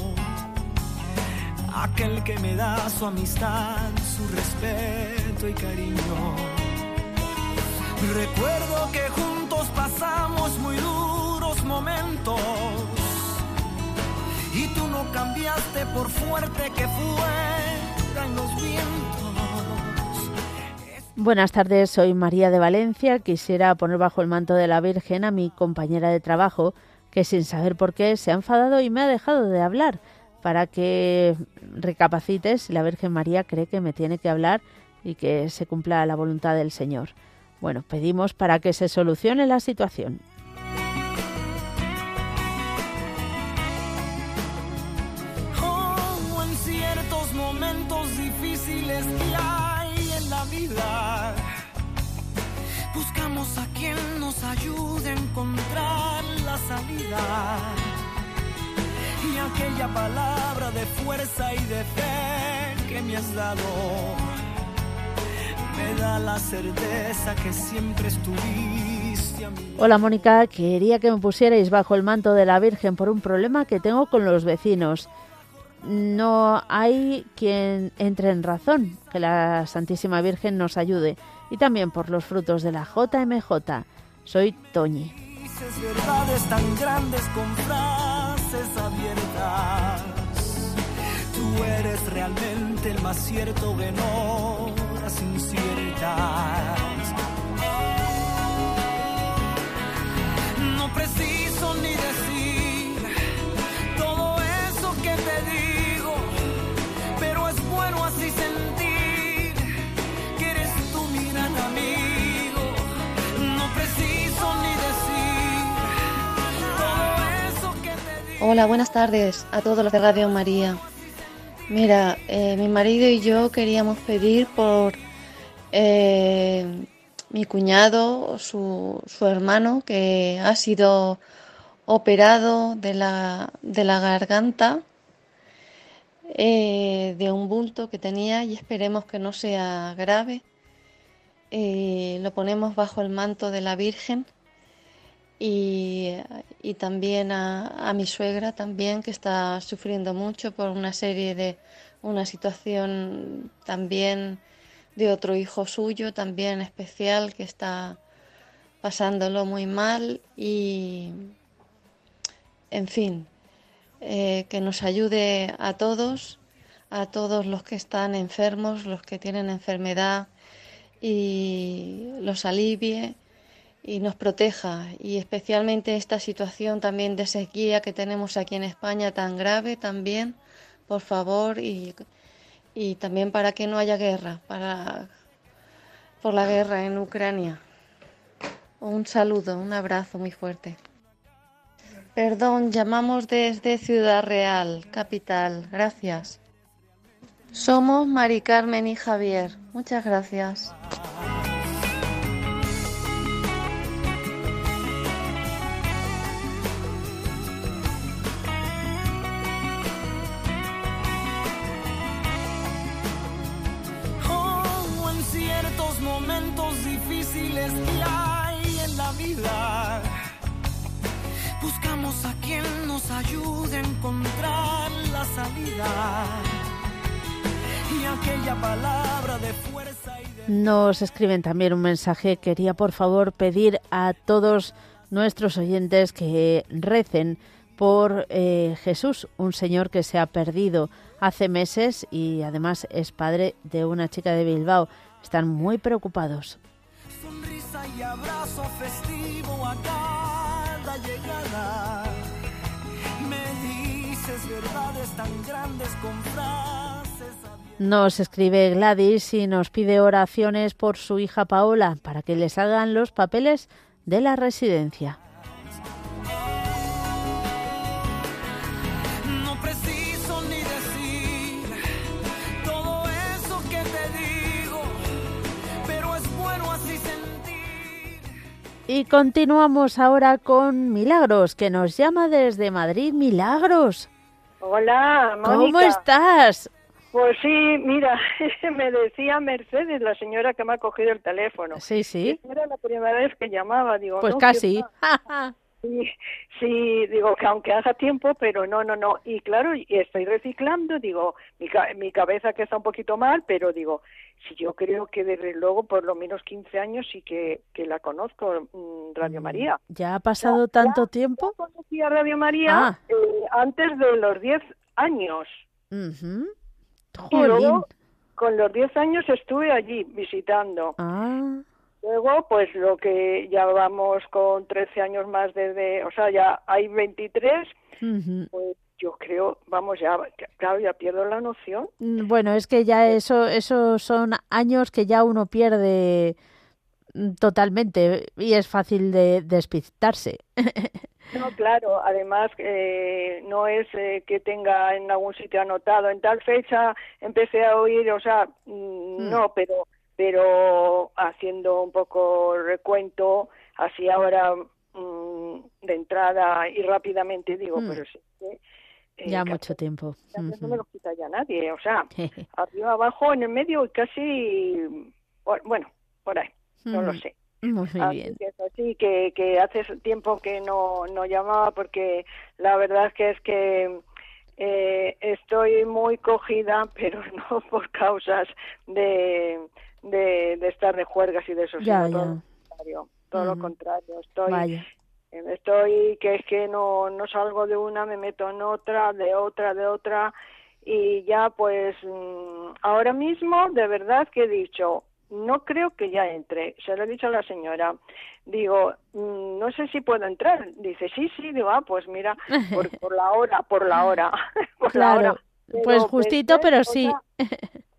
Aquel que me da su amistad, su respeto y cariño. Recuerdo que juntos pasamos muy duros momentos y tú no cambiaste por fuerte que fueran los vientos. Buenas tardes, soy María de Valencia. Quisiera poner bajo el manto de la Virgen a mi compañera de trabajo, que sin saber por qué se ha enfadado y me ha dejado de hablar, para que recapacite si la Virgen María cree que me tiene que hablar y que se cumpla la voluntad del Señor. Bueno, pedimos para que se solucione la situación. Oh, en ciertos momentos difíciles que hay en la vida, buscamos a quien nos ayude a encontrar la salida. Y aquella palabra de fuerza y de fe que me has dado me da la certeza que siempre estuviste a mi... Hola Mónica, quería que me pusierais bajo el manto de la Virgen por un problema que tengo con los vecinos. No hay quien entre en razón, que la Santísima Virgen nos ayude. Y también por los frutos de la J M J. Soy Toñi. Dices verdades tan grandes con frases abiertas. Tú eres realmente el más cierto que no las inciertas. No preciso ni decir todo eso que te digo, pero es bueno así sentir que eres tú mi gran amigo. No preciso ni decir todo eso que te digo. Hola, buenas tardes a todos los de Radio María. Mira, eh, mi marido y yo queríamos pedir por eh, mi cuñado, su, su hermano, que ha sido operado de la, de la garganta, eh, de un bulto que tenía, y esperemos que no sea grave. Eh, lo ponemos bajo el manto de la Virgen. Y, y también a, a mi suegra también, que está sufriendo mucho por una serie de una situación también de otro hijo suyo también especial, que está pasándolo muy mal. Y en fin, eh, que nos ayude a todos, a todos los que están enfermos, los que tienen enfermedad, y los alivie y nos proteja, y especialmente esta situación también de sequía que tenemos aquí en España tan grave también, por favor, y, y también para que no haya guerra, para por la guerra en Ucrania. Un saludo, un abrazo muy fuerte. Perdón, llamamos desde Ciudad Real, capital. Gracias. Somos Mari Carmen y Javier. Muchas gracias. Momentos difíciles que hay en la vida, buscamos a quien nos ayude a encontrar la salida. Y aquella palabra de fuerza y de... Nos escriben también un mensaje. Quería por favor pedir a todos nuestros oyentes que recen por eh, Jesús, un señor que se ha perdido hace meses y además es padre de una chica de Bilbao. Están muy preocupados. Sonrisa y abrazo festivo a cada llegada. Me dices verdades tan grandes con frases abiertas. Nos escribe Gladys y nos pide oraciones por su hija Paola para que les hagan los papeles de la residencia. Y continuamos ahora con Milagros, que nos llama desde Madrid. Milagros. Hola, Mónica. ¿Cómo estás? Pues sí, mira, me decía Mercedes, la señora que me ha cogido el teléfono. Sí, sí. Era la primera vez que llamaba, digo. Pues no, casi. sí, sí, digo que aunque haga tiempo, pero no, no, no. Y claro, y estoy reciclando, digo, mi, ca- mi cabeza que está un poquito mal, pero digo, si yo creo que desde luego por lo menos quince años sí que, que la conozco, mm, Radio María. ¿Ya ha pasado tanto tiempo? Conocí a Radio María Ah. eh, antes de los diez años. Ujú. Y Jolín. luego, con los diez años estuve allí visitando. Ah. Luego, pues lo que ya vamos con trece años más desde, o sea, ya hay veintitrés, Ujú. pues yo creo, vamos, ya, claro, ya pierdo la noción. Mm, Bueno, es que ya eso, esos son años que ya uno pierde mm, totalmente y es fácil de despistarse. No, claro, además eh, no es eh, que tenga en algún sitio anotado, en tal fecha empecé a oír, o sea, mm, no, pero pero haciendo un poco recuento, así ahora mm, de entrada y rápidamente digo, Mm. pero sí, que, eh, Ya que mucho tiempo. antes no Ujú. me lo quita ya nadie, o sea, arriba, abajo, en el medio y casi, bueno, por ahí, no lo Ujú. sé. Muy Así bien. que es así, que, que hace tiempo que no, no llamaba porque la verdad que es que eh, estoy muy cogida, pero no por causas de, de, de estar de juergas y de eso, Ya, sino todo ya. lo contrario, todo lo Ujú. contrario. Estoy, Vaya. eh, estoy que es que no, no salgo de una, me meto en otra, de otra, de otra, y ya pues mm, ahora mismo de verdad que he dicho, no creo que ya entre, se lo he dicho a la señora, digo, mm, no sé si puedo entrar, dice, sí, sí, digo, ah, pues mira, por, por la hora, por la hora, por la Claro, hora. Pero pues justito, pensé, pero o sí. sea,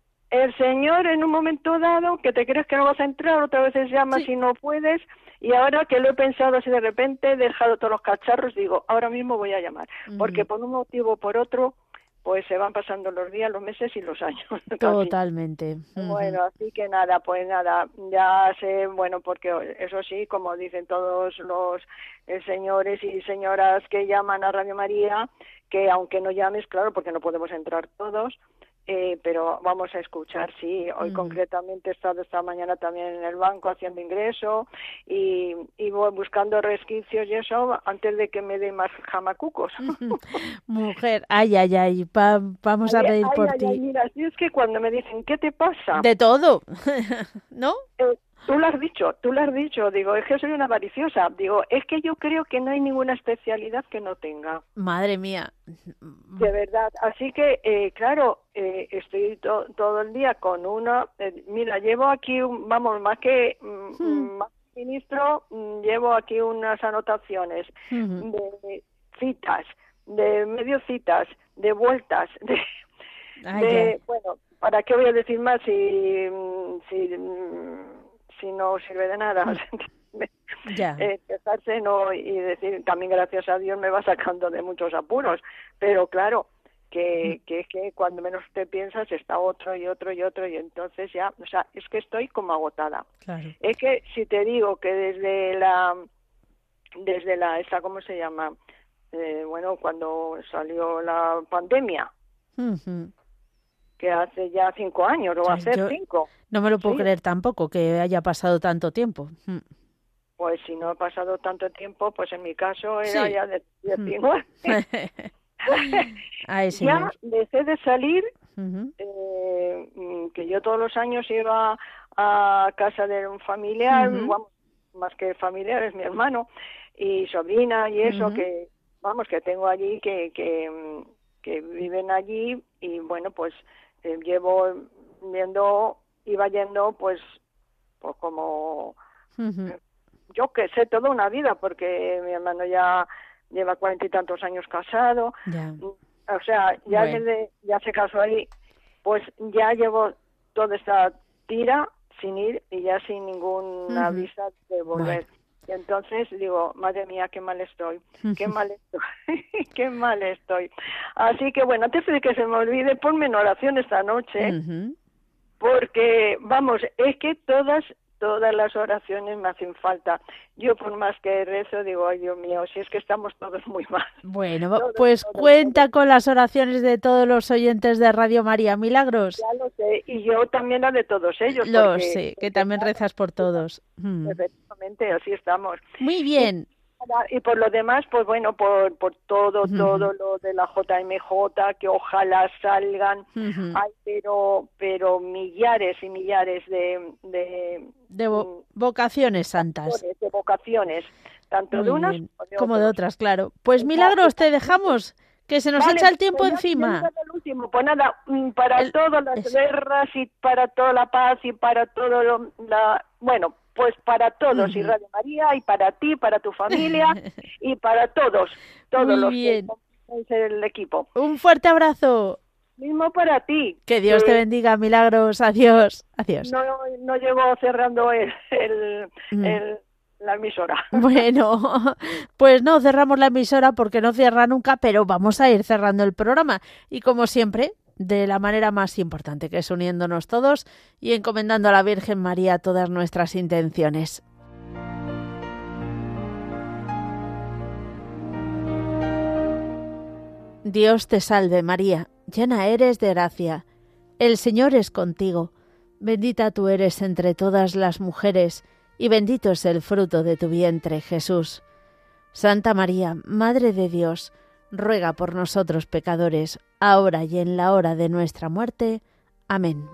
el señor en un momento dado, que te crees que no vas a entrar, otras veces llamas y no puedes, y ahora que lo he pensado así de repente, he dejado todos los cacharros, digo, ahora mismo voy a llamar, porque por un motivo o por otro, pues se van pasando los días, los meses y los años. casi. Totalmente. Ujú. Bueno, así que nada, pues nada, ya sé, bueno, porque eso sí, como dicen todos los eh, señores y señoras que llaman a Radio María, que aunque no llames, claro, porque no podemos entrar todos, eh, pero vamos a escuchar, sí. Hoy Ujú. concretamente he estado esta mañana también en el banco haciendo ingreso y, y voy buscando resquicios y eso antes de que me den más jamacucos. Mujer, ay, ay, ay, pa- vamos a Ay, pedir ay, por ay, ti. ay, mira, si es que cuando me dicen, ¿qué te pasa? De todo, ¿no? Eh, tú lo has dicho, tú lo has dicho, digo, es que soy una avariciosa, digo, es que yo creo que no hay ninguna especialidad que no tenga, Madre mía. de verdad, así que, eh, claro, eh, estoy to- todo el día con una, eh, mira, llevo aquí, un- vamos, más que mm, Hmm. más que ministro, mm, llevo aquí unas anotaciones Ujú. de citas, de medio citas, de vueltas, de, Ay, de- ya. bueno, ¿para qué voy a decir más si, mm, si, mm, si no sirve de nada? Ya. Eh, quejarse no, y decir también gracias a Dios me va sacando de muchos apuros, pero claro, que, que es que cuando menos te piensas está otro y otro y otro y entonces ya, o sea, es que estoy como agotada. Claro. Es que si te digo que desde la, desde la, esta, ¿cómo se llama? Eh, bueno, cuando salió la pandemia, Ujú. que hace ya cinco años, o va a Ay, ser yo cinco. No me lo puedo Sí. creer tampoco que haya pasado tanto tiempo. Mm. Pues si no ha pasado tanto tiempo, pues en mi caso era Sí. ya de diecinueve. Ay, Ya señor. dejé de salir, Ujú. eh, mm, que yo todos los años iba a casa de un familiar, Ujú. vamos, más que familiar, es mi hermano, y sobrina y eso, Ujú. que, vamos, que tengo allí, que, que, mm, que viven allí, y bueno, pues eh, llevo viendo, iba yendo, pues, pues como, Ujú. yo que sé, toda una vida, porque mi hermano ya lleva cuarenta y tantos años casado, Ya. o sea, ya Bueno. desde, ya se casó ahí, pues ya llevo toda esta tira sin ir y ya sin ninguna Ujú. visa de volver. Y entonces digo, madre mía, qué mal estoy, qué mal estoy, qué mal estoy. Así que bueno, antes de que se me olvide, ponme en oración esta noche, Ujú. porque, vamos, es que todas, todas las oraciones me hacen falta. Yo por más que rezo, digo, ay Dios mío, si es que estamos todos muy mal. Bueno, Todos, pues todos, cuenta con las oraciones de todos los oyentes de Radio María Milagros. Ya lo sé, y yo también la de todos ellos. Lo porque, sé, que porque, también claro, rezas por todos. Mm. efectivamente, así estamos. Muy bien. nada, y por lo demás, pues bueno, por, por todo, uh-huh. todo lo de la J M J, que ojalá salgan, uh-huh. ay, pero, pero millares y millares de... De, de vo- vocaciones santas. De vocaciones, tanto Muy de unas bien. como de, como de otras, claro. Pues Milagros, te dejamos, que se nos vale, echa el tiempo pues encima. El último, pues nada, para el, todas las es... guerras y para toda la paz y para todo lo, la... Bueno, pues para todos, uh-huh. y Radio María, y para ti, para tu familia, y para todos, todos Muy los bien. que son el equipo. Un fuerte abrazo. Mismo para ti. Que Dios eh, te bendiga, Milagros. Adiós. Adiós. No, no llego cerrando el, el, mm. el, la emisora. Bueno, pues no cerramos la emisora porque no cierra nunca, pero vamos a ir cerrando el programa. Y como siempre, de la manera más importante, que es uniéndonos todos y encomendando a la Virgen María todas nuestras intenciones. Dios te salve María, llena eres de gracia, el Señor es contigo, bendita tú eres entre todas las mujeres y bendito es el fruto de tu vientre, Jesús. Santa María, Madre de Dios, ruega por nosotros pecadores, ahora y en la hora de nuestra muerte. Amén.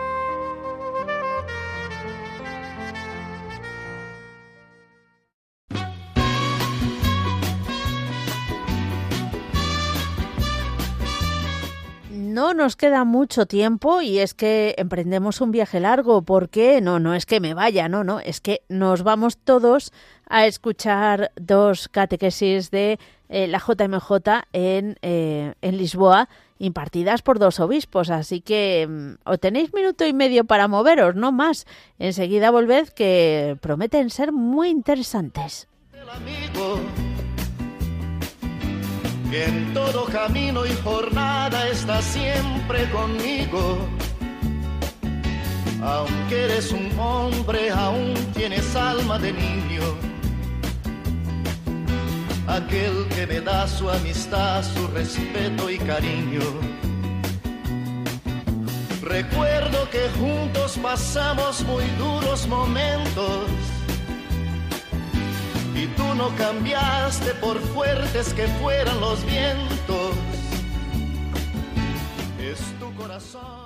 No nos queda mucho tiempo y es que emprendemos un viaje largo. ¿Por qué? No, no es que me vaya, no, no, es que nos vamos todos a escuchar dos catequesis de eh, la J M J en, eh, en Lisboa, impartidas por dos obispos, así que um, o tenéis minuto y medio para moveros, no más. Enseguida volved, que prometen ser muy interesantes. El amigo, que en todo camino y jornada está siempre conmigo. Aunque eres un hombre, aún tienes alma de niño. Aquel que me da su amistad, su respeto y cariño. Recuerdo que juntos pasamos muy duros momentos y tú no cambiaste por fuertes que fueran los vientos. Es tu corazón